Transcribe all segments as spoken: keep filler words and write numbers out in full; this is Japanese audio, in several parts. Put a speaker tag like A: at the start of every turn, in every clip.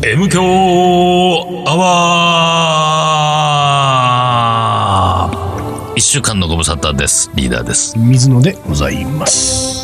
A: M 強アワー。一週間のご無沙汰です。リーダーです。
B: 水野でございます。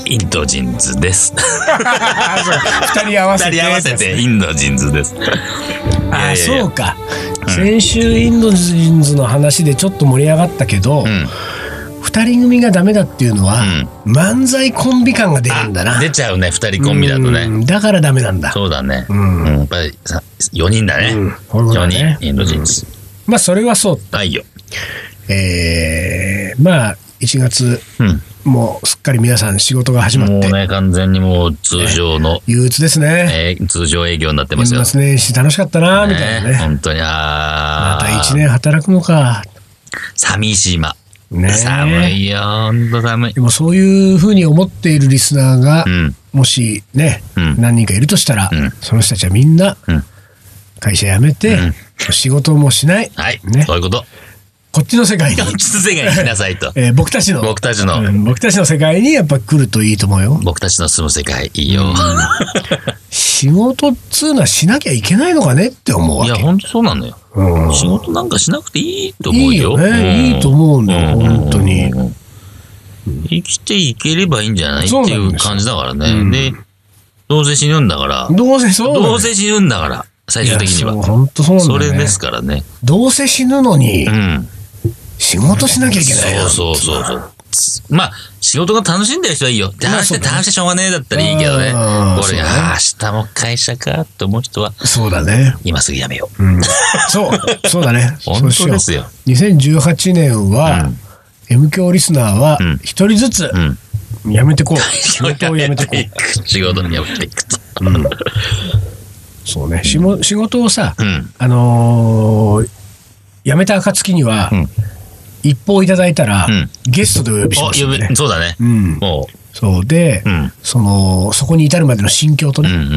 A: インドジンズです。
B: 二人合わせて
A: 二人合わせてインドジンズです。
B: ああ、そうか、うん、先週インドジンズの話でちょっと盛り上がったけど、うん、二人組がダメだっていうのは、うん、漫才コンビ感が出るんだな。
A: 出ちゃうね、二人コンビだとね。
B: だからダメなんだ。
A: そうだね、うんうん、やっぱりよにんだね、うん、よにんインドジンズ、うん、
B: まあそれはそうだ。
A: はいよ。
B: えー、まあいちがつ、うん、もうすっかり皆さん仕事が始まって、
A: もうね、完全にもう通常の、
B: ね、憂鬱ですね、
A: えー、通常営業になってますよ。
B: 年末年始楽しかったな、ね、みたいなね。
A: 本当に、あ
B: またいちねん働くのか。
A: 寂しい今、
B: ね、
A: 寒いよ、本当寒い。
B: でもそういうふうに思っているリスナーが、うん、もしね、うん、何人かいるとしたら、うん、その人たちはみんな会社辞めて、うん、仕事もしない、
A: はい、
B: ね、
A: そういうこと。
B: こっちの世界に、
A: こっちの世界に来なさいと。
B: えー、僕たちの
A: 僕たちの、
B: うん、僕たちの世界にやっぱ来るといいと思うよ。
A: 僕たちの住む世界いいよ。うん、
B: 仕事っつうのはしなきゃいけないのかねって思うわけ。
A: いや本当そうなのよ、うん。仕事なんかしなくていいと思うよ。
B: いいよね、うん、いいと思うんだよ、うん、本当に。
A: 生きていければいいんじゃないっていう感じだからね。で、うん、でどうせ死ぬんだから。
B: どうせそうだ、ね。
A: どうせ死ぬんだから。最終的には。
B: 本当そうなんだね。
A: それですからね。
B: どうせ死ぬのに。うん。仕事しなきゃいけないな。
A: そうそうそうそう。まあ、仕事が楽しんでる人はいいよ。楽して楽してしょうがねえだったらいいけどね。これが、明日も会社かって思う人は。そうだね。今すぐやめよう。うん、
B: そう、そうだね。
A: 本当ですよ。
B: にせんじゅうはちねんは、うん、M 強リスナーは、一人ずつ、やめてこう。仕事をやめてこう。
A: 仕事にやめていくと。うん、
B: そうね。仕事をさ、うん、あのー、辞めた暁には、うん、一報いただいたら、うん、ゲストでお呼びしますね。
A: そうだね。
B: うん、もうそうで、うん、そのそこに至るまでの心境とね、うんうんうん、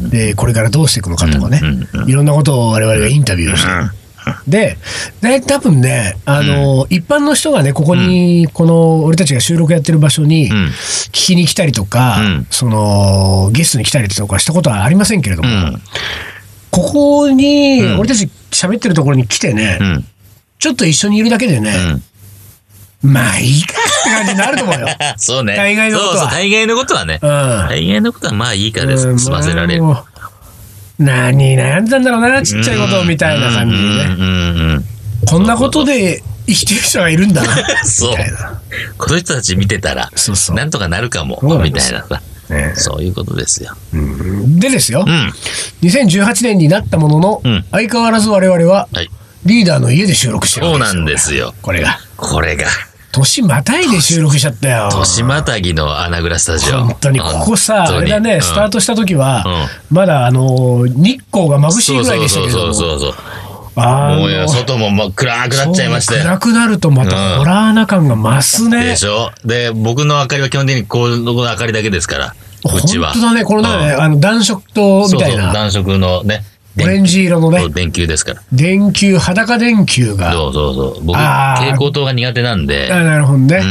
B: でこれからどうしていくのかとかね、うんうんうん、いろんなことを我々がインタビューをして、うん、で、で多分ね、あの、うん、一般の人がねここに、うん、この俺たちが収録やってる場所に聞きに来たりとか、うん、そのゲストに来たりとかしたことはありませんけれども、うん、ここに、うん、俺たち喋ってるところに来てね、うん、ちょっと一緒にいるだけでね、うん、まあいいかって感じになると思うよ。
A: そうね。
B: 大概のことは。そうそう、
A: 大概のことはね。うん、大概のことはまあいいかです。うん、済ませられる。
B: まあ、何悩んだんだろうな、ちっちゃいことみたいな感じでね。こんなことで生きてる人がいるんだな。
A: そう。みたいな。この人たち見てたら、そうそう、なんとかなるかも、みたいなさ。ね、そういうことですよ。
B: うん、でですよ、うん、にせんじゅうはちねんになったものの、うん、相変わらず我々はリーダーの家で収録してるわけですよ。
A: そうなんですよ。
B: これが
A: これが
B: 年またいで収録しちゃったよ。
A: 年またぎの穴蔵スタジオ。
B: 本当にここさ、あれだね、うん、スタートした時は、うん、まだあの日光が眩しいぐらいでしたけども、そうそうそうそうそう、
A: あもうや外ももう暗くなっちゃいまして、
B: 暗くなるとまたホラーな感が増すね、うん、
A: でしょ。で僕の明かりは基本的にこの明かりだけですから、うちは。
B: 本当だね、これね、うん、あの暖色灯みたいな。
A: そうそう、暖色のね。
B: オレンジ色のね。
A: 電球ですから。
B: 電球、裸電球が。
A: そうそうそう。僕、蛍光灯が苦手なんで。
B: あ、なるほどね。うん、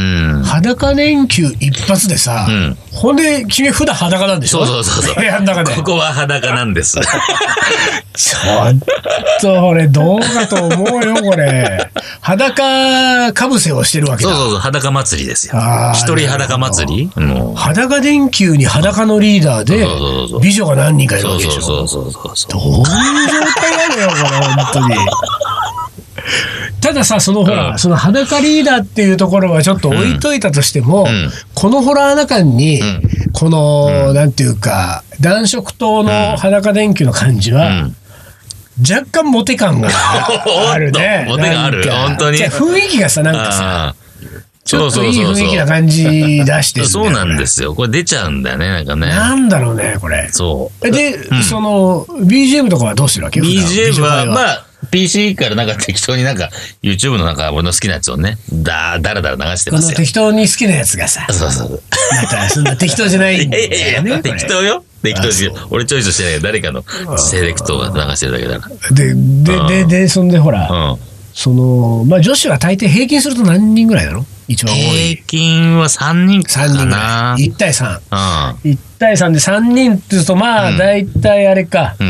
B: 裸電球一発でさ、うん、ほんで、君普段裸なんでしょ。
A: そうそうそうそう。部
B: 屋の中で。
A: ここは裸なんです。
B: ちょっと、これ、どうかと思うよ、これ。裸かぶせをしてるわけだ。
A: そうそうそう、裸祭りですよ。一人裸祭り、もう
B: 裸電球に裸のリーダーで、美女が何人かいるわけでしょ。
A: そうそうそうそう。
B: どういう状態なのよ、これ、本当に。たださ、そのほら、うん、その裸リーダーっていうところはちょっと置いといたとしても、うん、このホラー中に、うん、この、うん、なんていうか、暖色灯の裸電球の感じは、うん、若干モテ感があるね。
A: モテがある、本当に。
B: じゃ雰囲気がさ、なんかさ、ちょっといい雰囲気な感じ出してるんだよ。
A: そうなんですよ。これ出ちゃうんだよね、なんかね。
B: なんだろうね、これ。
A: そう。
B: で、うん、その、ビージーエム とかはどうしてるわけ？
A: ビージーエム は、まあ、ピーシー からなんか適当になんか YouTube のなんか俺の好きなやつをね、だ、だらだら流してますよ。
B: この適当に好きなやつがさ。
A: そうそう。
B: またそんな適当じゃないんだよね。
A: いやいや、適当よ。適当し俺チョイスしてないけど、誰かのセレクトが流してるだけだから。
B: で、で、で、で、そんでほら、うん、その、まあ女子は大抵平均すると何人ぐらいなの？一番多い。
A: 平均はさんにんかな。さんにんぐらい。
B: いち対さん。うん。いち対さんでさんにんって言うと、まあ、だいたいあれか。うん。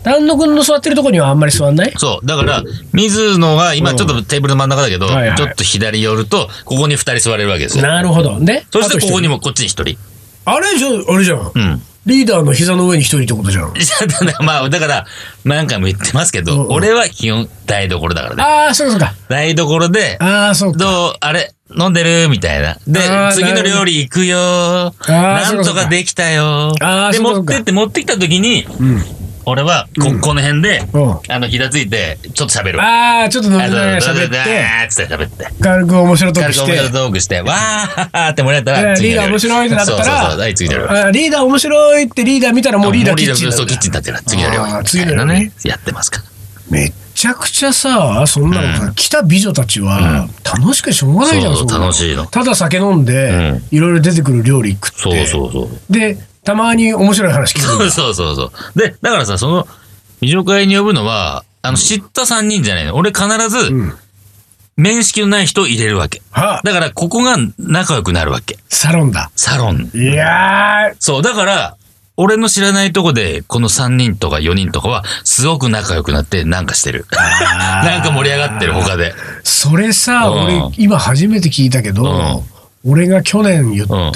B: 丹野くんの座ってるとこにはあんまり座んない？
A: そう。だから、水野が今ちょっとテーブルの真ん中だけど、うんはいはい、ちょっと左寄ると、ここに二人座れるわけですよ。
B: なるほど。で、
A: そしてここにもこっちに一人。
B: あれじゃ、あれじゃん。うん。リーダーの膝の上に一人ってことじゃん。
A: まあ、だから、何回も言ってますけど、うんうん、俺は基本台所だからね。
B: ああ、そうかそうか。
A: 台所で、
B: ああ、そうか。
A: どう、あれ、飲んでるみたいな。で、次の料理行くよ。なんとかできたよ。で、持ってって持ってきた時に、うん、俺はこ、この辺で、うん、あの、ひだついて、ちょっと喋る。
B: ああ、ちょっと飲みながら喋って。
A: あーつって喋って。
B: 軽く面白トークして。
A: 軽く面白トークして、わーって盛り上がったら、
B: リーダー面白いってなったら、そうそうそう、
A: はい、次の料
B: 理。リーダー面白いってリーダー見たらもうリーダーキッチンだ。
A: そう、キッチン立ってる。次の料理。
B: 次の料理。
A: やってますから。
B: めちゃくちゃさ、そんなのさ、来た美女たちは、楽しくてしょうがないじゃん、
A: そう、楽しいの。
B: ただ酒飲んで、いろいろ出てくる料理食って。
A: そうそうそう。
B: で、たまに面白い話聞く。
A: そうそうそうそう。で、だからさ、その、美女会に呼ぶのは、あの、知ったさんにんじゃないの。俺必ず、面識のない人を入れるわけ。だから、ここが仲良くなるわけ。
B: サロンだ。
A: サロン。
B: いやー。
A: そう、だから、俺の知らないとこで、このさんにんとかよにんとかは、すごく仲良くなってなんかしてる。なんか盛り上がってる、他で。
B: それさ、うん、俺、今初めて聞いたけど、うん、俺が去年言った、うんうん、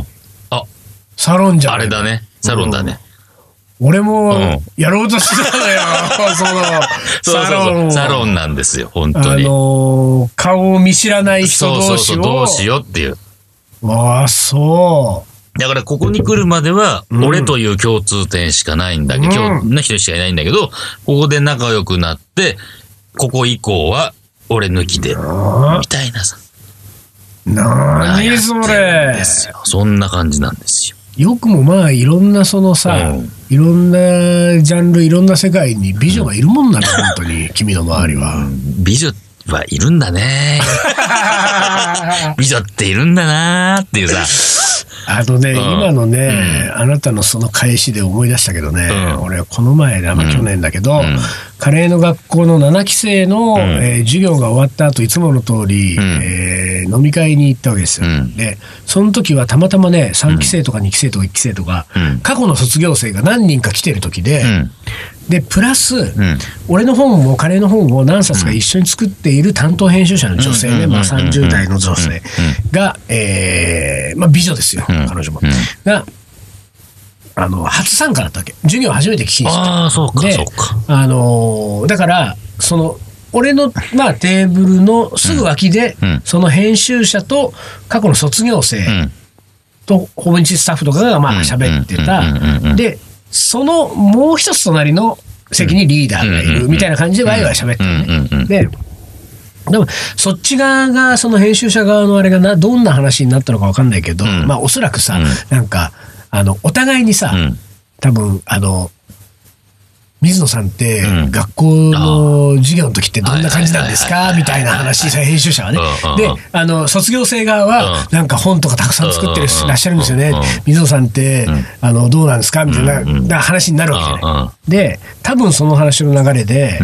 B: あ、サロンじゃん。
A: あれだね。サロンだね。
B: うん、俺も、やろうとしてたのよ、その、
A: そうそうそう、サロンなんですよ、本当に。あ
B: のー、顔を見知らない人同士を。そうそうそう、
A: どうしようっていう。
B: ああ、そう。
A: だからここに来るまでは、俺という共通点しかないんだけど、今日の人しかいないんだけど、ここで仲良くなって、ここ以降は俺抜きで、みたいなさ。
B: なーにそれ。
A: ですよ。そんな感じなんですよ。
B: よくもまあいろんなそのさ、うん、いろんなジャンル、いろんな世界に美女がいるもんなの、本当に、君の周りは。うん、
A: 美女はいるんだね。美女っているんだなーっていうさ。
B: あのね、うん、今のね、うん、あなたのその返しで思い出したけどね、うん、俺この前、まあ、去年だけど、うん、カレーの学校のななき生の、うんえー、授業が終わった後いつもの通り、うんえー、飲み会に行ったわけですよ、うん、でその時はたまたまねさんき生とかにき生とかいっき生とか、うん、過去の卒業生が何人か来てる時で、うんでプラス、うん、俺の本もカレーの本を何冊か一緒に作っている担当編集者の女性ね、まあ、さんじゅう代の女性が、えーまあ、美女ですよ、うん、彼女も、うん、があの初参加だったわけ。授業初めて聞きに来た。
A: あそうか
B: で
A: そうか、
B: あのー、だからその俺の、まあ、テーブルのすぐ脇で、うん、その編集者と過去の卒業生と訪日スタッフとかがまあ喋ってた。でそのもう一つ隣の席にリーダーがいるみたいな感じでワイワイ喋ってるね。で、でもそっち側がその編集者側のあれがなどんな話になったのか分かんないけど、うん、まあおそらくさ、うん、なんかあのお互いにさ、うん、多分あの水野さんって学校の授業の時ってどんな感じなんですかみたいな話、編集者はね。で、あの、卒業生側はなんか本とかたくさん作ってらっしゃるんですよね。水野さんって、あの、どうなんですかみたいな話になるわけじゃない。で、多分その話の流れで、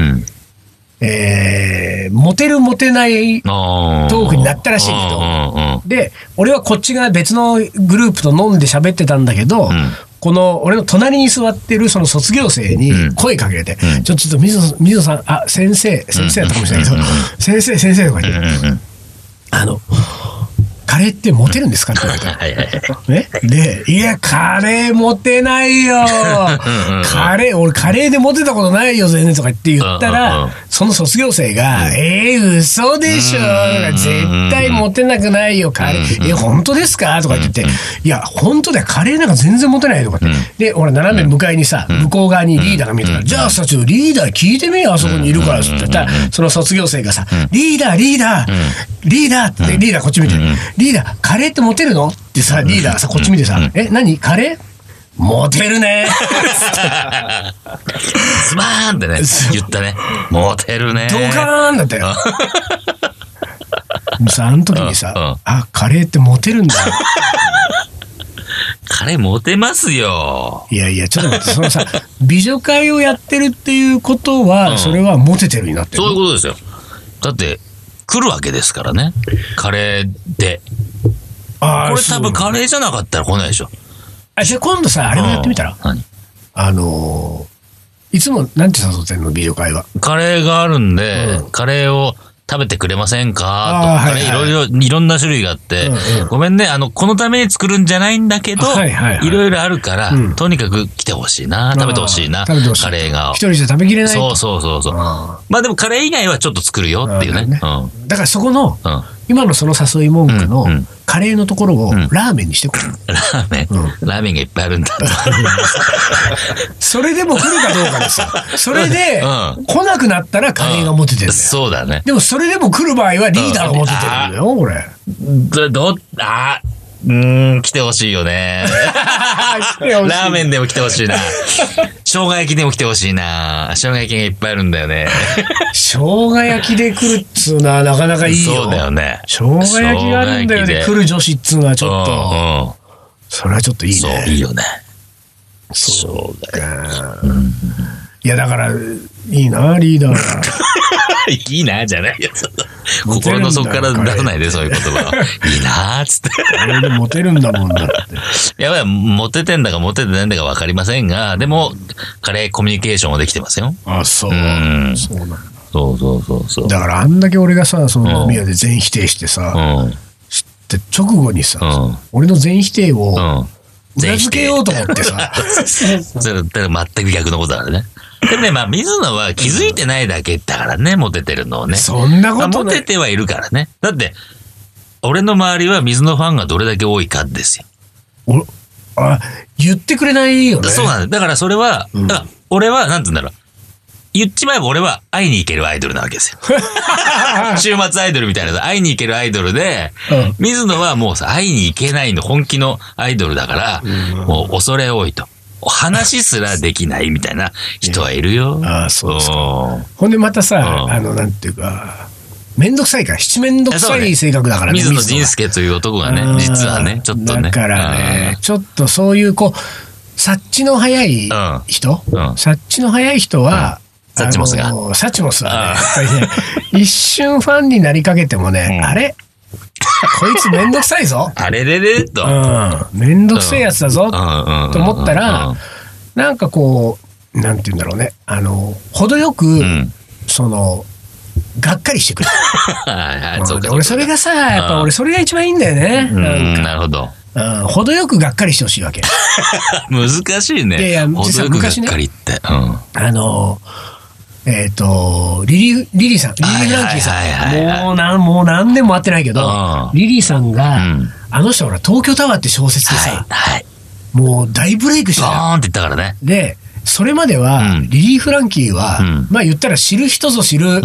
B: えー、モテるモテないトークになったらしいけど、で、俺はこっちが別のグループと飲んで喋ってたんだけど、この俺の隣に座ってるその卒業生に声かけて、うん、ちょちょっと水野水野さん、あ先生先生だったかもしれないけど、うん、先生先生とか言って、うん、あのカレーってモテるんですかって言われた。ね、で、いや、カレーモテないよ。カレー、俺カレーでモテたことないよ、全然とかって言ったら、その卒業生が、えー、嘘でしょ。絶対モテなくないよ、カレー。え、本当ですかとか言って、いや、本当だよ、カレーなんか全然モテないとかって。で、俺、斜め向かいにさ、向こう側にリーダーが見えたから、じゃあさ、ちょっとリーダー聞いてみよ、あそこにいるからって言ったら、その卒業生がさ、リーダー、リーダー、リーダーって、リーダーこっち見て、リーダー、カレーってモテるのってさ、リーダーがさ、こっち見てさ、え、何カレーモテるね
A: スマーンってね、言ったね。モテるね。
B: ドカーンだったよ。さ、あの時にさ、あ、カレーってモテるんだ。
A: カレーモテますよ。
B: いやいや、ちょっと待って、そのさ、美女会をやってるっていうことは、うん、それはモテてるになってる。
A: そういうことですよ。だって、来るわけですからね。カレーで。あこれ多分カレーじゃなかったら来ないでしょ。
B: あ、じゃあ今度さ、あれをやってみたら、うん、何あのいつもなんて誘ってんの、美女会は。
A: カレーがあるんで、うん、カレーを食べてくれませんかとかね、いろいろ、いろんな種類があって、うんうん、ごめんね、あの、このために作るんじゃないんだけど、はいはいはい、いろいろあるから、うん、とにかく来てほしいな、食べてほしいな、カレーが。
B: 一人じゃ食べきれないと。
A: そうそうそうそう。あまあでもカレー以外はちょっと作るよっていうね。ね
B: うん、だからそこの、うん、今のその誘い文句の、うんうん、カレーのところをラーメンにしてくる、うん、
A: ラーメン、うん、ラーメンがいっぱいあるんだ。
B: それでも来るかどうかですよ。それで、うん、来なくなったらカレーがモテてるんだよ、うん。そうだね。でもそれでも来る場合はリーダーがモテてるんだよ、これ。
A: ど、ど、あうーん、来てほしいよね。ラーメンでも来てほしいな。生姜焼きでも来てほしいな。生姜焼きがいっぱいあるんだよね。
B: 生姜焼きで来るっつうのはなかなかいいよ。
A: そうだよね。
B: 生姜焼きがあるんだよね。来る女子っつうのはちょっと。うんうん、それはちょっといいね。
A: そう、いいよね。
B: そうだよ。うん、いや、だから、いいな、リーダーが。
A: いいな、じゃないよ。心の底から出さないで、そういう言葉を。いいなーっつって。
B: あれでモテるんだもんだって。
A: やばい、モテてんだかモテてないんだか分かりませんが、でも、カレーコミュニケーションはできてますよ。
B: あ、そう。うん、そうなんだ。
A: そうそうそうそう。
B: だからあんだけ俺がさ、その飲み屋で全否定してさ、うん、知って直後にさ、うん、俺の全否定を裏付けようと思ってさ。
A: それ、全く逆のことだからね。でもね、まあ、水野は気づいてないだけだからね、モテてるのをね。
B: そんなことない。
A: モテてはいるからね。だって、俺の周りは水野ファンがどれだけ多いかですよ。
B: お、あ、言ってくれないよね。
A: そうなんだ。だからそれは、うん、だから俺は、なんて言うんだろう。言っちまえば俺は会いに行けるアイドルなわけですよ。週末アイドルみたいなさ、会いに行けるアイドルで、うん、水野はもうさ、会いに行けないの本気のアイドルだから、うん、もう恐れ多いと。話すらできないみたいな人はいるよ。
B: ああ、そうですか。ほんでまたさ、あの、なんていうか、めんどくさいから、七めんどくさい性格だからね。
A: 水野仁介という男がね、実はね、ちょっとね。
B: だからね、ちょっとそういう、こう、察知の早い人、うんうん、察知の早い人は、
A: サッチモスが。
B: サッチモスはね、やっぱりね、一瞬ファンになりかけてもね、うん、あれこいつめんどくさいぞ。
A: あれれれと。
B: うん。めんどくせえやつだぞ。と思ったら、なんかこう、なんて言うんだろうね。あの、程よく、うん、その、がっかりしてくる。はいはい、そうか。俺それがさ、やっぱ俺それが一番いいんだよね。
A: うん、なるほど。
B: うん、程よくがっかりしてほしいわけ。
A: 難しいね。いやいや、実は昔ね。がっかりって。うん、あの、
B: えっ、ー、と、リリー、リリーさん、リリー・フランキーさん。もう何、もう何年も会ってないけど、リリーさんが、うん、あの人ほら、東京タワーって小説でさ、はいはい、もう大ブレイクしてた。
A: ドーンって言ったからね。
B: で、それまでは、うん、リリー・フランキーは、うん、まあ言ったら知る人ぞ知る、うん、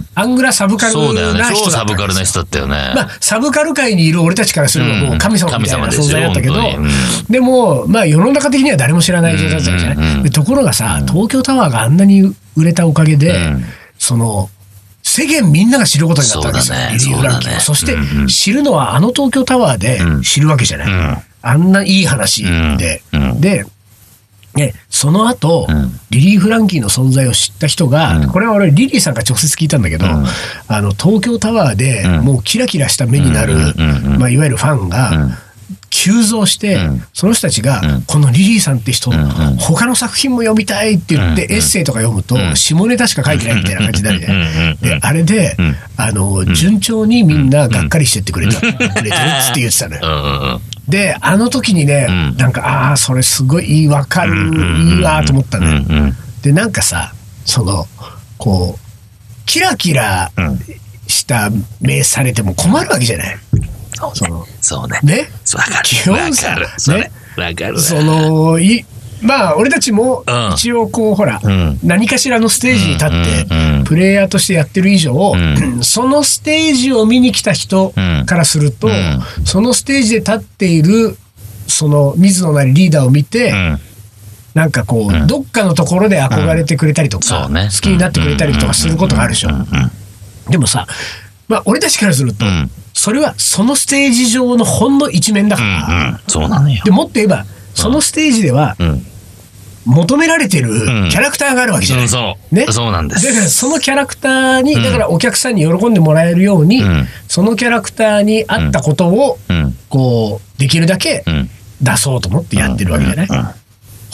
B: アングラサブカルな人だったんですよ。そうだよね。超
A: サブカルな人だったよね。
B: まあ、サブカル界にいる俺たちからすればもう神様みたいな存在だったけど、うん、でも、まあ世の中的には誰も知らない状態だったじゃない、うんうんうん、でところがさ、東京タワーがあんなに売れたおかげで、うんその、世間みんなが知ることになったわけですよ。リリー・フランキーは。そして、知るのはあの東京タワーで知るわけじゃない。うん、あんないい話で。うん、で、ね、その後、うん、リリー・フランキーの存在を知った人が、うん、これは俺リリーさんが直接聞いたんだけど、うん、あの、東京タワーでもうキラキラした目になる、まあ、いわゆるファンが、うん急増して、うん、その人たちが、うん、このリリーさんって人、うん、他の作品も読みたいって言って、うん、エッセイとか読むと、うん、下ネタしか書いてないみたいな感じになるじゃない、であれで、うん、あの順調にみんながっかりしてってくれた、うん、くれてるっつって言ってたのよ、うん、であの時にね、うん、なんかああそれすごいいいわかる、うん、いいわと思ったのよ、うん、でなんかさそのこうキラキラした目されても困るわけじゃない。
A: そうね。そうね。
B: ね。
A: わかる。基本さ、ね。わかる。
B: その、い、まあ、俺たちも、一応こう、ほら、うん、何かしらのステージに立って、うん、プレイヤーとしてやってる以上、うん、そのステージを見に来た人からすると、うん、そのステージで立っている、その、水野なりリーダーを見て、うんなんかこう、うん、どっかのところで憧れてくれたりとか、うんね、好きになってくれたりとかすることがあるでしょ。でもさ、まあ、俺たちからすると、うんそれはそのステージ上のほんの一面だから、うんうん、
A: そうなのよ。
B: でもっと言えばそのステージでは、うん、求められてるキャラクターがあるわけじゃない、うん、
A: そうね、そうなんです。
B: だからそのキャラクターに、うん、だからお客さんに喜んでもらえるように、うん、そのキャラクターに合ったことを、うん、こうできるだけ出そうと思ってやってるわけじゃない、うんうんうん、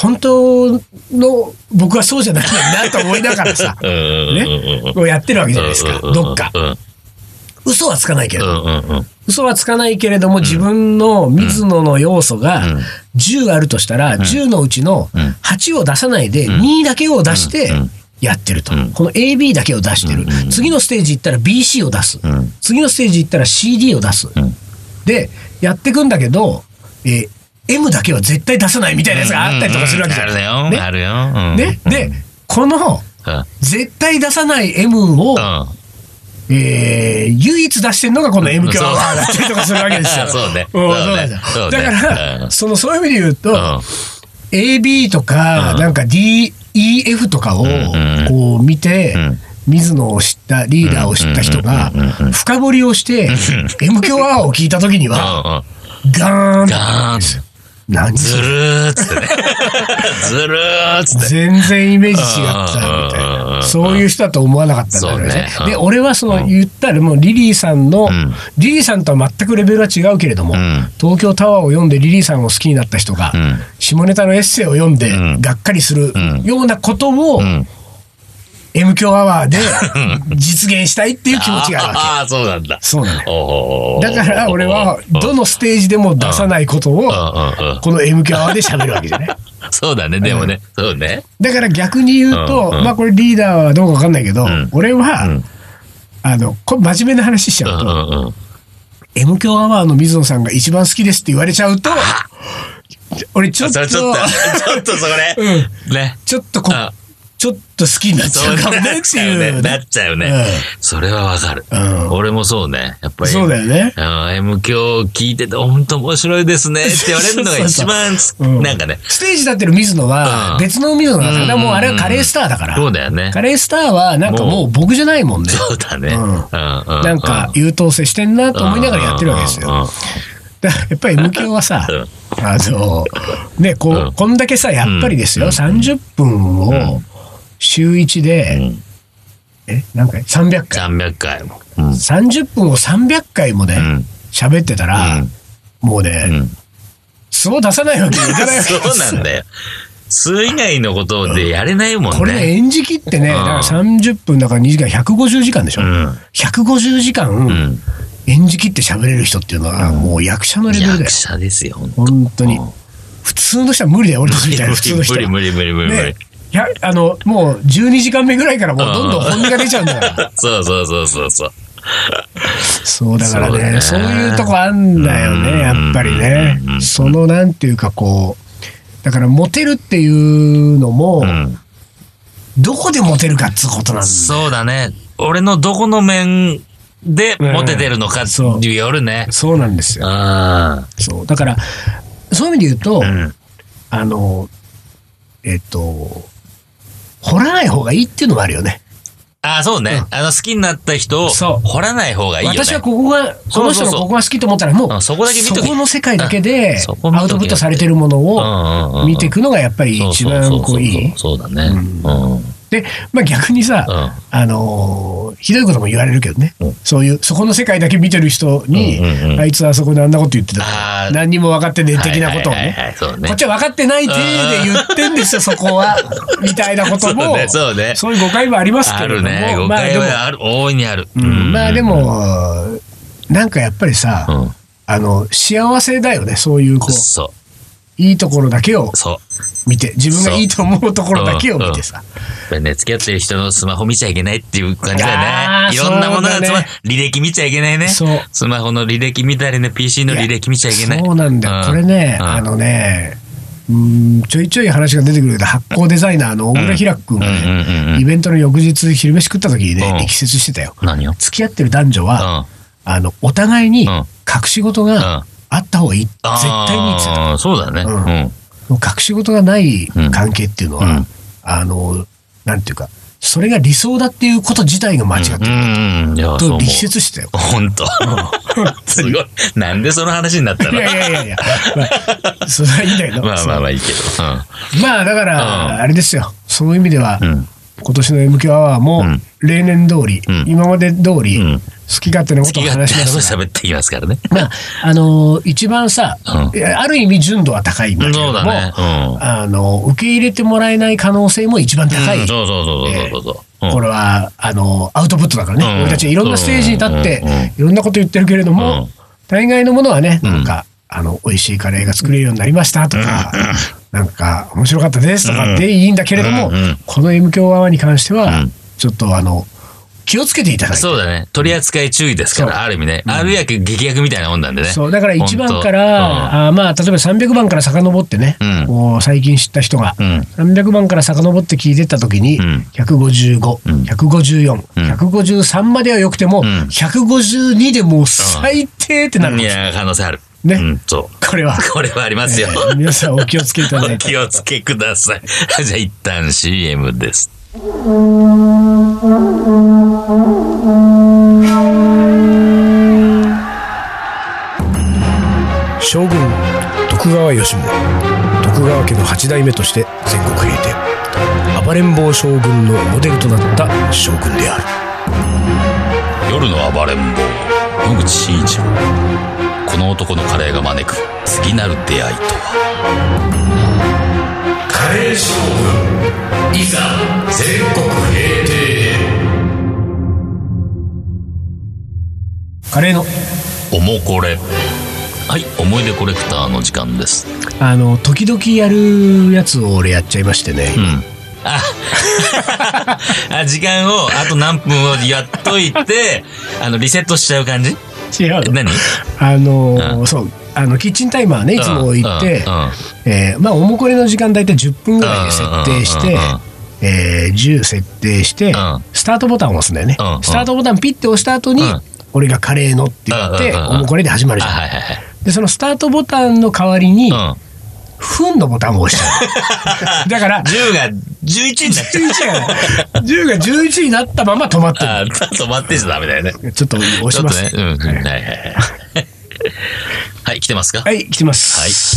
B: 本当の僕はそうじゃないなと思いながらさ、ね、こうやってるわけじゃないですか、どっか。嘘はつかないけれど、うんうんうん、嘘はつかないけれども、自分の水野の要素がじゅうあるとしたら、うん、じゅうのうちのはちを出さないでにだけを出してやってると、うん、この エービー だけを出してる、うん、次のステージ行ったら ビーシー を出す、うん、次のステージ行ったら シーディー を出す、うん、でやってくんだけど、えー、M だけは絶対出さないみたいなやつがあったりとかするわけじゃない、
A: うんうんうん、あるよ、ね、
B: あるよ、うん、で, でこの絶対出さない M を、うんえー、唯一出してるのがこの エム 響アワーだったりとかするわけですよ。
A: そうね。
B: そうだから、そのそういう意味で言うと、うん、エービー とか、うん、なんか ディーイーエフ とかをこう見て、うん、水野を知ったリーダーを知った人が深掘りをして エム 響アワーを聞いたときにはガーンガーン
A: 何ずるーっつってねずるーっつって
B: 全然イメージ違ったみたいな、そういう人だと思わなかったんだよね。ね、で俺はその言ったらもうリリーさんの、うん、リリーさんとは全くレベルは違うけれども、うん、東京タワーを読んでリリーさんを好きになった人が、うん、下ネタのエッセイを読んでがっかりするようなことを、うん、エム 響アワーで実現したいっていう気持ちがあるわけ。
A: ああ、そうなんだ。
B: そうなの。だから俺はどのステージでも出さないことをこの エム 響アワーで喋るわけじゃない。
A: そうだね、でもね、うん、そうね。
B: だから逆に言うと、うんうん、まあこれリーダーはどうかわかんないけど、うん、俺は、うん、あのこれ真面目な話しちゃうと、うんうんうん、エム 響アワーの水野さんが一番好きですって言われちゃうと、俺ちょっと
A: ちょっとちょっとそれ、
B: うん、ね、ちょっとこちょっと好きになっちゃうかもねっていう。
A: なっちゃうよね。うん、それはわかる、うん。俺もそうね。やっぱり。
B: そうだよね。
A: エム 響聞いてて本当面白いですねって言われるのが一番、なんかね。
B: ステージ立ってる水野は別の水野だから、うん、もうあれはカレースターだから。
A: そうだよね。
B: カレースターはなんかもう僕じゃないもんね。
A: そうだね。うん、
B: なんか優等生してんなと思いながらやってるわけですよ。だからやっぱり エム 響はさ、あの、ね、こう、うん、こんだけさ、やっぱりですよ、うん、さんじゅっぷんを、うん週いちで、うん、え何回 ?さんびゃっかい。
A: さんびゃっかいも。
B: うん、さんじゅっぷんをさんびゃっかいもね、喋、うん、ってたら、うん、もうね、うん、素を出さないわけにいかないわけですよ。
A: そうなんだよ。素以外のことでやれないもんね。
B: これね、演じきってね、だからさんじゅっぷんだからにじかん、ひゃくごじゅうじかんでしょ。うん、ひゃくごじゅうじかん、うん、演じきって喋れる人っていうのは、もう役者のレベルだよ。
A: 役者ですよ、
B: 本当に。普通の人は無理だよ、俺たちみたいな普通の人は。
A: 無理無理無理無理無理。
B: いや、あの、もうじゅうにじかんめぐらいからもうどんどん本音が出ちゃうんだよ。
A: そうそうそうそうそう。
B: そうだからね、そういうとこあんだよね、やっぱりね。そのなんていうかこう、だからモテるっていうのも、うん、どこでモテるかってことなんだよ。
A: そうだね。俺のどこの面でモテてるのかっていうよるね、
B: うん、そう。そうなんですよ。あそう。だから、そういう意味で言うと、うん、あの、えっと、掘らない方がいいっていうのもあるよね。
A: ああ、そうね、うん。あの、好きになった人を掘らない方がいいよね。
B: 私はここが、この人のここが好きと思ったらもう、そうそうそう、そこだけ見とけ。そこの世界だけで、アウトプットされてるものを見ていくのがやっぱり一番こういい。
A: そうだね。
B: うんうんで、まあ逆にさ、うん、あのー、ひどいことも言われるけどね、うん、そういう、そこの世界だけ見てる人に、うんうんうん、あいつはそこであんなこと言ってた。何にも分かってね、的なことをね。こっちは分かってない体で言ってんですよ、そこは。みたいなことも、そうね、そうね。そういう誤解もありますけれども。あるね、
A: 誤解はある、大いにある。
B: うん、まあでも、なんかやっぱりさ、うん、あの、幸せだよね、そういうこう。そう。いいところだけを見て、自分がいいと思うところだけを見てさ。
A: うんうん、ね、付き合ってる人のスマホ見ちゃいけないっていう感じだよね。いろんなものがつま、ね、履歴見ちゃいけないね。そう。スマホの履歴見たりね、ピーシー の履歴見ちゃいけない。
B: そうなんだよ。うん、これね、うん、あのね、うんちょいちょい話が出てくるけど、発酵デザイナーの大村ひらく君がね、イベントの翌日昼飯食った時にね、力説してたよ。何を？付き合ってる男女は、うん、あの、お互いに隠し事が、うんあった方がいい。絶対にいいって言ってた。
A: そうだね。
B: うん。隠し事がない関係っていうのは、うん、あの、なんていうか、それが理想だっていうこと自体が間違ってる。うん。いや、と力説してたよ。
A: 本当。すごい。なんでその話になったの？
B: いやいやいやいや。まあ、それはいいんだけど。
A: まあまあまあいいけど。
B: うん、まあだから、あれですよ。その意味では、うん、 今年の エムキュー アワーも例年通り、うん、今まで通り、うん、好き勝手なことを話します
A: 喋っていきますからね。
B: まああのー、一番さ、うん、ある意味純度は高いんだけれども、ねうん、あの受け入れてもらえない可能性も一番高い。
A: うん、そうそうそうそうそうそう。
B: えー、これはあのアウトプットだからね。うん、俺たちいろんなステージに立っていろんなこと言ってるけれども、うん、大概のものはね、なんか、うん、あの美味しいカレーが作れるようになりましたとか。うんなんか面白かったですとかっていいんだけれども、うんうん、この エムキュー アワーに関してはちょっとあの気をつけていただいて。
A: そうだね。取り扱い注意ですから、ある意味ね。ある役劇薬みたいなもんなんでね。
B: そうだからいちばんから、うん、あまあ例えばさんびゃくばんから遡ってね、うん、こう最近知った人が、うん、さんびゃくばんから遡って聞いてった時に、うん、ひゃくごじゅうご、うん、ひゃくごじゅうよん、うん、ひゃくごじゅうさんまではよくても、うん、ひゃくごじゅうにでもう最低ってなるんですよ。
A: いや可能性ある。
B: ね、
A: うん、そう。
B: これは。
A: これはありますよ。
B: えー、皆さんお気をつけいただいて。
A: お気をつけください。じゃあ一旦 シーエム です。
B: 将軍徳川吉宗、徳川家のはちだいめとして全国平定、暴れん坊将軍のモデルとなった将軍である。
A: 夜の暴れん坊野口真一郎、この男のカレーが招く次なる出会いとは。カレー将軍いざ全国平定。
B: カレーの
A: おもこれ。はい、思い出コレクターの時間です。
B: あの時々やるやつを俺やっちゃいましてね、うん、
A: ああ時間をあと何分をやっといてあのリセットしちゃう感じ。
B: 違うの。
A: 何？
B: あの、うん、そうあのキッチンタイマーねいつも行って、うんうんえー、まあおもこれの時間大体じゅっぷんぐらいで設定して、えー、じゅう設定して、うん、スタートボタンを押すんだよね、うん、スタートボタンピッて押した後に、うん、俺がカレーのって言って、うん、おもこれで始まるじゃん、はいはいはい、でそのスタートボタンの代わりに、うん分のボタンを押しちゃう。だから
A: じゅうがじゅういちになっちゃう。
B: じゅうがじゅういちになったまま止まってる。
A: あ止まってちゃダメだよね。
B: ちょっと押します。
A: ねうんはいはいはい、はい、来てますか。
B: はい来てます、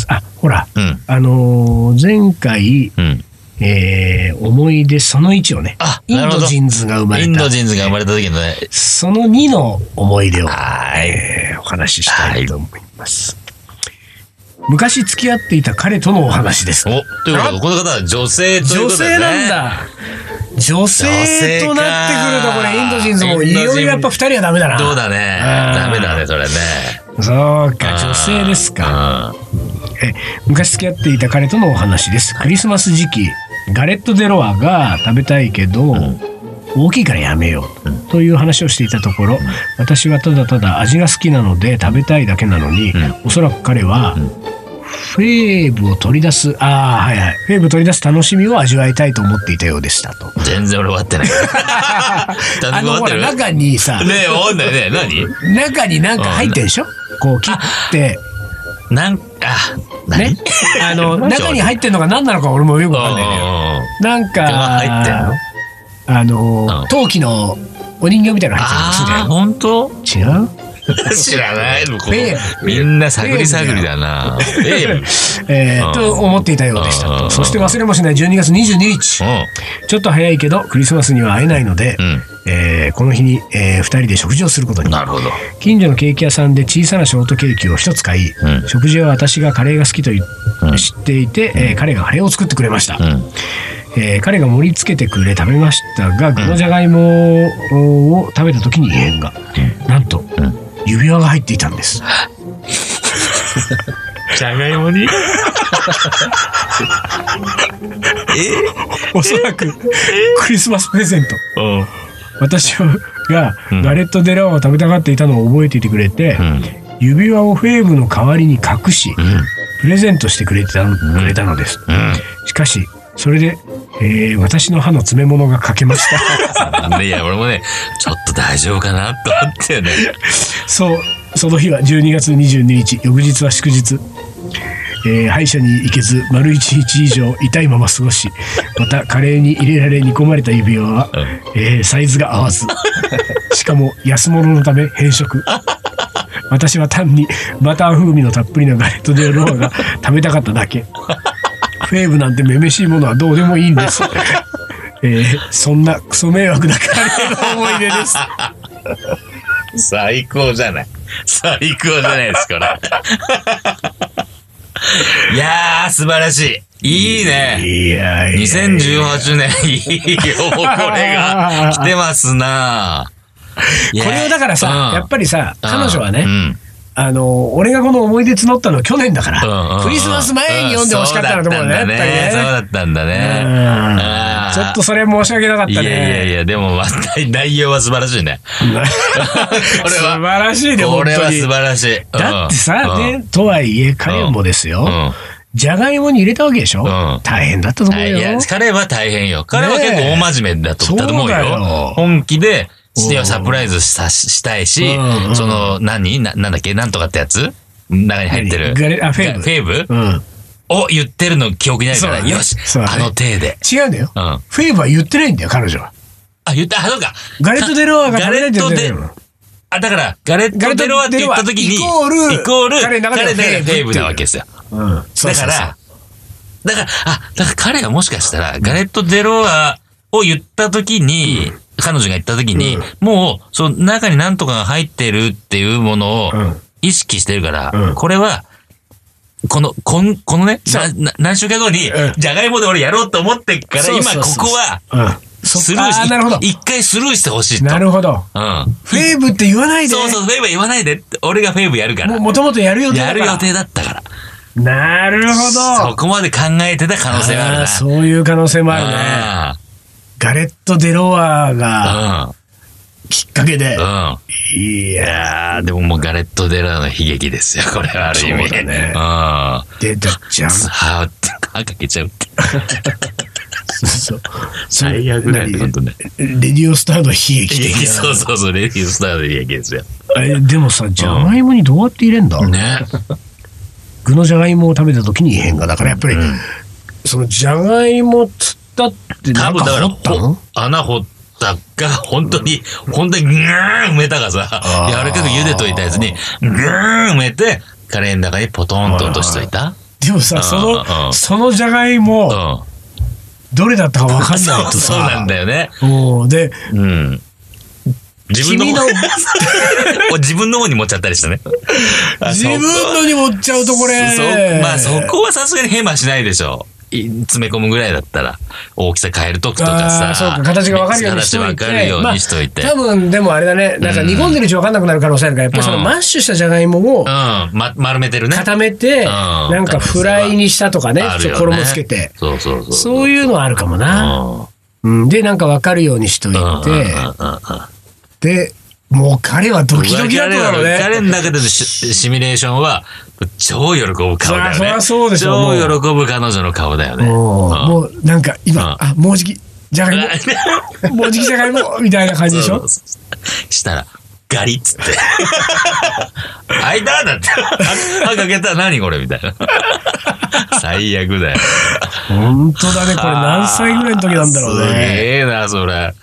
B: はい、あほら、うん、あのー、前回、うんえー、思い出そのいちをね
A: あ
B: インド人ズが生まれた
A: インド人ズが生まれた時のね
B: そのにの思い出を、はいえー、お話ししたいと思います、はい昔付き合っていた彼とのお話です。
A: お、ということでこの方は女性ということでね。
B: 女性なんだ。女性となってくるとこれインド人ズもいよいよやっぱ二人はダメだな。
A: そうだね。ダメだねそれね。
B: そうか女性ですか。え昔付き合っていた彼とのお話です。クリスマス時期ガレット・デ・ロワが食べたいけど、うん、大きいからやめよう、うん、という話をしていたところ、うん、私はただただ味が好きなので食べたいだけなのに、うん、おそらく彼は、うんフェーブを取り出すあはいはいフェーブ取り出す楽しみを味わいたいと思っていたようでしたと。
A: 全然俺終わってない
B: あのほら中にさ
A: ねえ終わんないね何
B: 中になんか入ってんでしょこう切って
A: なんあ何
B: ねあの中に入ってんのが何なのか俺もよくわかんないけどなんか
A: 入ってんの
B: あの陶器のお人形みたいなの入ってるんですね。
A: あ本当
B: 違う
A: 知らないのこみんな探り探りだな
B: えー、と思っていたようでしたと。そして忘れもしないじゅうにがつにじゅうににちちょっと早いけどクリスマスには会えないので、うんえー、この日に、えー、ふたりで食事をすることに。
A: なるほど。近
B: 所のケーキ屋さんで小さなショートケーキを一つ買い、うん、食事は私がカレーが好きと、うん、知っていて、えー、彼がカレーを作ってくれました、うんえー、彼が盛り付けてくれ食べましたが具のじゃがいもを食べた時に異変が、うん、なんと、うん指輪が入っていたんです。
A: じゃがいもにえ
B: おそらくクリスマスプレゼント、うん、私がガレット・デ・ラワを食べたがっていたのを覚えていてくれて、うん、指輪をフェーブの代わりに隠し、うん、プレゼントしてくれた、うん、くれたのです、うん、しかしそれで、えー、私の歯の詰め物が欠けました
A: いや俺もねちょっと大丈夫かなと思ってね
B: そうその日はじゅうにがつにじゅうににち翌日は祝日、えー、歯医者に行けず丸一日以上痛いまま過ごしまたカレーに入れられ煮込まれた指輪は、うんえー、サイズが合わずしかも安物のため変色私は単にバター風味のたっぷりなガレット・デ・ロワが食べたかっただけフェーブなんてめめしいものはどうでもいいんです、 えー、そんなクソ迷惑なカレーの思い出です。
A: 最高じゃない。最高じゃないですか、これ。いやー、素晴らしい。いいね。
B: いやいや。
A: にせんじゅうはちねん、いいよ、これが来てますな。
B: これをだからさ、うん、やっぱりさ、彼女はね、うん、あの、俺がこの思い出募ったの去年だから、うんうん、クリスマス前に読んでほしかったなと思うね、やっぱりね。
A: そうだったんだね。
B: ちょっとそれ申し訳なかったね。い
A: やいやいや、でも、内容は素晴らしいね。これは。
B: 素晴らしいね、
A: これは素晴らしい。
B: だってさ、ね、とはいえ、カレーもですよ。じゃがいもに入れたわけでしょ、うん、大変だったと思うよ。いや、
A: 彼は大変よ。彼は結構大真面目だと思ったと思うよ。よ本気で、してはサプライズさしたいし、うんうん、その、何な、なんだっけなんとかってやつ中に入ってる。
B: ガレあ、フェーブ。
A: フェーブ、うん、を言ってるの記憶にないから、ね、よし、ね、あの体で。
B: 違うんだよ、うん。フェーブは言ってないんだよ、彼女は。
A: あ、言った、あ、そうか。
B: ガレット・デ・ロワが
A: ガレット・デ、あ、だから、ガレット・デ・ロワって言った時に、イコール、イコール、彼の中でフェーブなわけですよ。うん、そうそうそうだから、だから、あ、だから彼はもしかしたら、ガレット・デ・ロワを言った時に、うん彼女が言った時に、うん、もう、その中に何とかが入ってるっていうものを意識してるから、うん、これは、この、こん、このね、な何週間後に、じゃがいもで俺やろうと思ってから、今ここは、スルーし、一回スルーしてほしいと。
B: なるほど。うん。フェーブって言わないで。
A: そうそう、フェーブ言わないでって。俺がフェーブやるから。
B: もともとやる予定だ
A: から。やる予定だったから。
B: なるほど。
A: そこまで考えてた可能性があるな。
B: そういう可能性もあるね。ガレット・デ・ロワが、きっかけで。うん。
A: いやー、でももうガレット・デ・ロワの悲劇ですよ、これはある意味。
B: そうだね。
A: うん。
B: で、だっちゃん。
A: はぁって、歯かけちゃうって。
B: そうそう。
A: 最悪だよね、ほんとね。
B: レディオスターの悲劇的な。
A: そうそうそう、レディオスターの悲劇ですよ。
B: え、でもさ、じゃがいもにどうやって入れんだ
A: ね。
B: 具のじゃがいもを食べた時に異変が。だからやっぱり、そのじゃがいもつだってなんか掘ったの？
A: 穴掘ったか、本当に、本当にぐーん埋めたかさ、柔らかく茹でといたやつに、ぐーん埋めて、カレーの中にポトンと落としといた。
B: でもさ、その、そのじゃがいも、どれだったか分かんないとさ。
A: そうなんだよね。
B: で、うん。
A: 自分の自分の方に持っちゃったりしてね。
B: 自分のに持っちゃうとこれ。
A: まあそこはさすがにヘマしないでしょ。詰め込むぐらいだったら大きさ変えるときとかさ、
B: そうか、形が分かるようにしといて、
A: 形分かるようにしといて、
B: まあ、多分でもあれだね、なんか煮込んでるうち分かんなくなる可能性あるから、やっぱりそのマッシュしたじゃがいもを、うん
A: ま、丸めてるね、
B: 固めて、うん、なんかフライにしたとかね、ちょっと衣つけて、
A: そうそうそう、
B: そういうのはあるかもな、うん、でなんか分かるようにしといて、でもう彼はドキドキだったろうね。
A: 彼の中でのシミュレーションは超喜ぶ顔だよね。
B: そりゃそうでしょ。
A: 超喜ぶ彼女の顔だよね。
B: もうなんか今、あ、もうじきじゃがいも、もうじきじゃがいもみたいな感じでしょ。
A: したらガリッつって。あいただって。歯かけたら何これみたいな。最悪だよ。
B: 本当だね。これ何歳ぐらいの時なんだろうね。
A: すげえな、それ。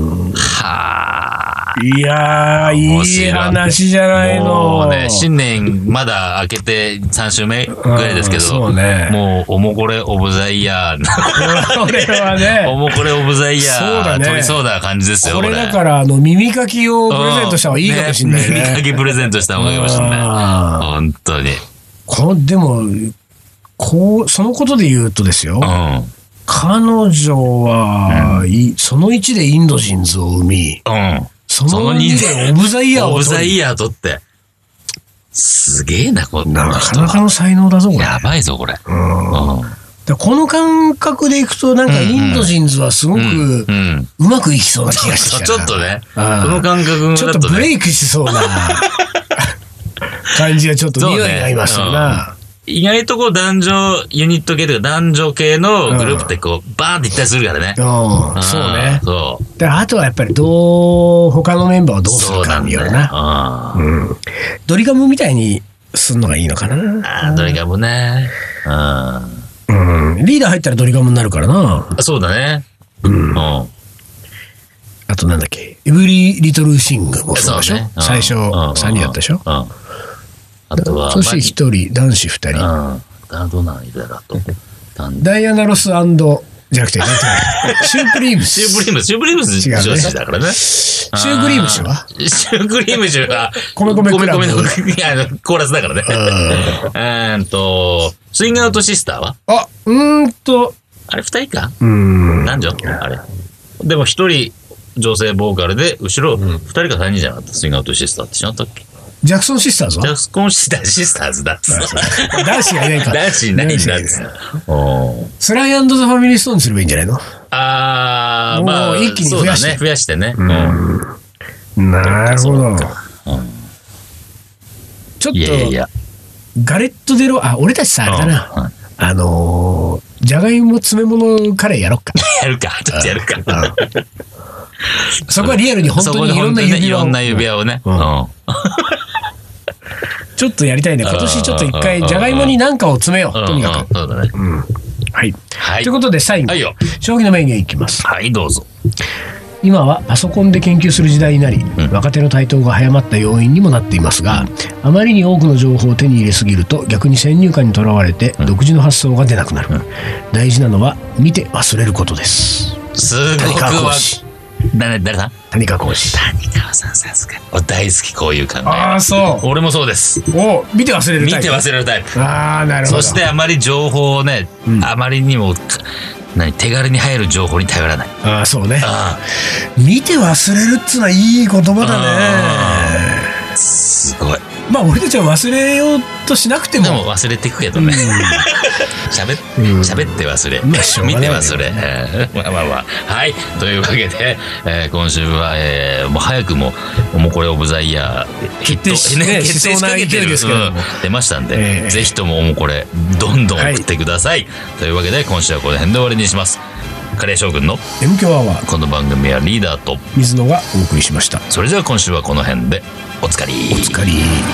A: はぁ。
B: いやー、いい話じゃないの。
A: もうね、新年まだ明けてさん週目ぐらいですけど、
B: そうね、
A: もう、おもこれオブザイヤー。
B: これはね。
A: おもこれオブザイヤー。そうだね。取りそうな感じですよ、
B: これだから、あの、耳かきをプレゼントした方がいいかもしれないね。
A: 耳かきプレゼントした方がいいかもしれない。本当に。
B: こでも、こう、そのことで言うとですよ。うん、彼女は、うん、そのいちでインドジーンズを生み、うん、そのにでオブザイヤーを取って。オブザイヤー取って。すげえな、こんな。なかなかの才能だぞ、これ。
A: やばいぞ、これ。う
B: ん。うん、でこの感覚でいくと、なんかインドジーンズはすごく、うまくいきそうな気がしてきた。
A: ちょっとね。この感覚
B: がちょっとブレイクしそうな感じがちょっと匂いがいますよな。
A: 意外とこう男女ユニット系というか男女系のグループってこうバーンっていったりするからね。
B: うん、そうね。
A: そう。
B: だからあとはやっぱりどう、他のメンバーをどうするかによるな。うん。ドリカムみたいにすんのがいいのかな。
A: ああ、ドリカムね。
B: うん。うん。リーダー入ったらドリカムになるからな。
A: そうだね。
B: うん。うん、あとなんだっけ、エブリリトルシングもそうでしょ。ね、最初さんにんだったでしょ。うん。あとはそしてひとり、男子ふたり。
A: うん。どうなんいるだろうと。
B: ダイアナ・ロス& じゃなくて、なんていうのシュークリームス。
A: シュークリームス、シュークリームス女子だからね。
B: シュークリームスは
A: シュークリームスは、
B: 米米クラブ。
A: 米米の、いや、コーラスだからね。えーっと、スイングアウトシスターは
B: あ、うーんと。
A: あれ二人か
B: うん。
A: 男女あれ。でも一人女性ボーカルで、後ろ二人か三人じゃなかった。スイングアウトシスターって知らなかったっけ？
B: ジャクソンシスターズは
A: ジャクソンシスターズ、シスターズだっつ。
B: 男子がいないか。
A: 男子いないんだっつ。
B: スライ&ザ・ファミリーストーンにすればいいんじゃないの？
A: あー、まあ、
B: 一気に増やして。
A: ね、増やしてね。
B: なるほど。ちょっと、いやいやガレット・デロ、あ、俺たちさ、あれだな。あのー、じゃがいも詰め物カレーやろっか。
A: やるか、ちょっとやるか。
B: そこはリアルに本当にいろんな指輪を。
A: いろんな指輪をね。
B: ちょっとやりたいね。今年ちょっと一回、じゃがいもに何かを詰めよう。とにかく。そうだね。はい。ということで最後、将棋の名言いきます。
A: はい、どうぞ。
B: 今はパソコンで研究する時代になり、うん、若手の台頭が早まった要因にもなっていますが、あまりに多くの情報を手に入れすぎると逆に先入観にとらわれて独自の発想が出なくなる、うん、大事なのは見て忘れることです。
A: すごくわ誰誰さん
B: 谷川浩司。
A: 谷川さんさすが大好きこういう考え。
B: ああそう。
A: 俺もそうです。
B: お見て忘れるタイプ。
A: 見て忘れるタイプ。
B: ああなるほど。
A: そしてあまり情報をね、うん、あまりにも何手軽に入る情報に頼らない。
B: ああそうね。あ見て忘れるっつうのはいい言葉だね。
A: すごい。
B: まあ俺たちは忘れようとしなくても。
A: でも忘れていくけどね。喋って忘れ、見て忘れ。まあまあまあはいというわけで、えー、今週は、えー、もう早くもおもこれオブザイヤー
B: 決定しね決定しかけてるですけど、うん、
A: 出ましたんで、えー、ぜひともおもこれどんどん送ってください、はい、というわけで今週はこの辺で終わりにします。カレー将軍の
B: M 強アワー。
A: この番組はリーダーと
B: 水野がお送りしました。
A: それじゃあ今週はこの辺でおつかり
B: おつかり。